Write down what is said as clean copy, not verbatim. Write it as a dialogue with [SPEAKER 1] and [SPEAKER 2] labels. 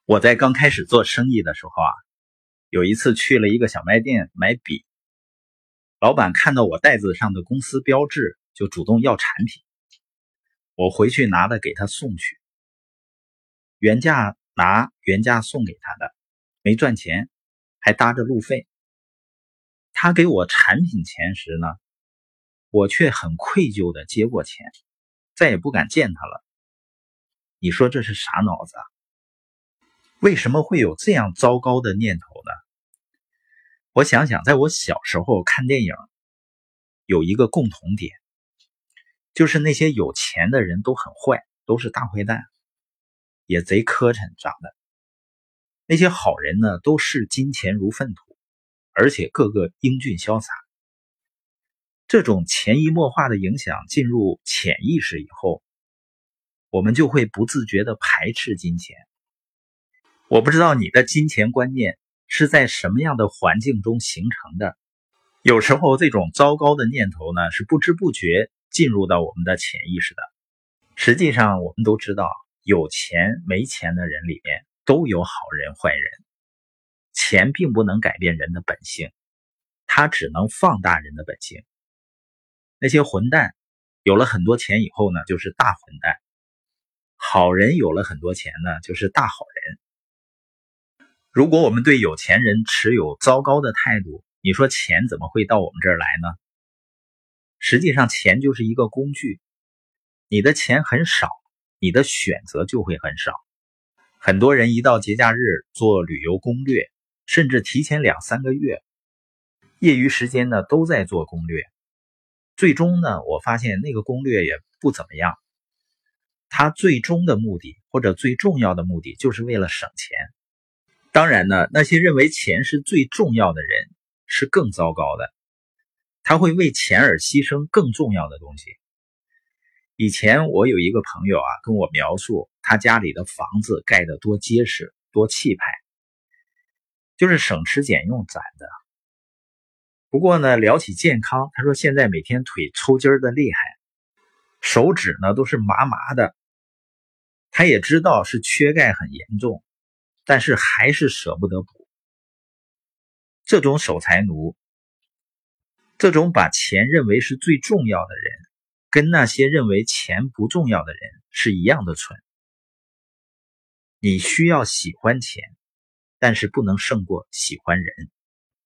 [SPEAKER 1] 我在刚开始做生意的时候啊，有一次去了一个小卖店买笔，老板看到我袋子上的公司标志，就主动要产品。我回去拿了给他送去，原价拿原价送给他的，没赚钱，还搭着路费。他给我产品钱时呢，我却很愧疚地接过钱，再也不敢见他了。你说这是啥脑子啊？为什么会有这样糟糕的念头呢？我想想，在我小时候看电影，有一个共同点，就是那些有钱的人都很坏，都是大坏蛋，也贼磕碜长的。那些好人呢，都视金钱如粪土，而且个个英俊潇洒。这种潜移默化的影响进入潜意识以后，我们就会不自觉地排斥金钱。我不知道你的金钱观念是在什么样的环境中形成的，有时候这种糟糕的念头呢，是不知不觉进入到我们的潜意识的。实际上我们都知道，有钱没钱的人里面都有好人坏人，钱并不能改变人的本性，它只能放大人的本性。那些混蛋有了很多钱以后呢，就是大混蛋；好人有了很多钱呢，就是大好人。如果我们对有钱人持有糟糕的态度，你说钱怎么会到我们这儿来呢？实际上钱就是一个工具，你的钱很少，你的选择就会很少。很多人一到节假日做旅游攻略，甚至提前2-3个月，业余时间呢都在做攻略。最终呢，我发现那个攻略也不怎么样。它最终的目的或者最重要的目的就是为了省钱。当然呢，那些认为钱是最重要的人是更糟糕的，他会为钱而牺牲更重要的东西。以前我有一个朋友啊，跟我描述他家里的房子盖得多结实多气派，就是省吃俭用攒的。不过呢，聊起健康，他说现在每天腿抽筋的厉害，手指呢都是麻麻的。他也知道是缺钙很严重，但是还是舍不得补。这种守财奴，这种把钱认为是最重要的人，跟那些认为钱不重要的人是一样的蠢。你需要喜欢钱，但是不能胜过喜欢人。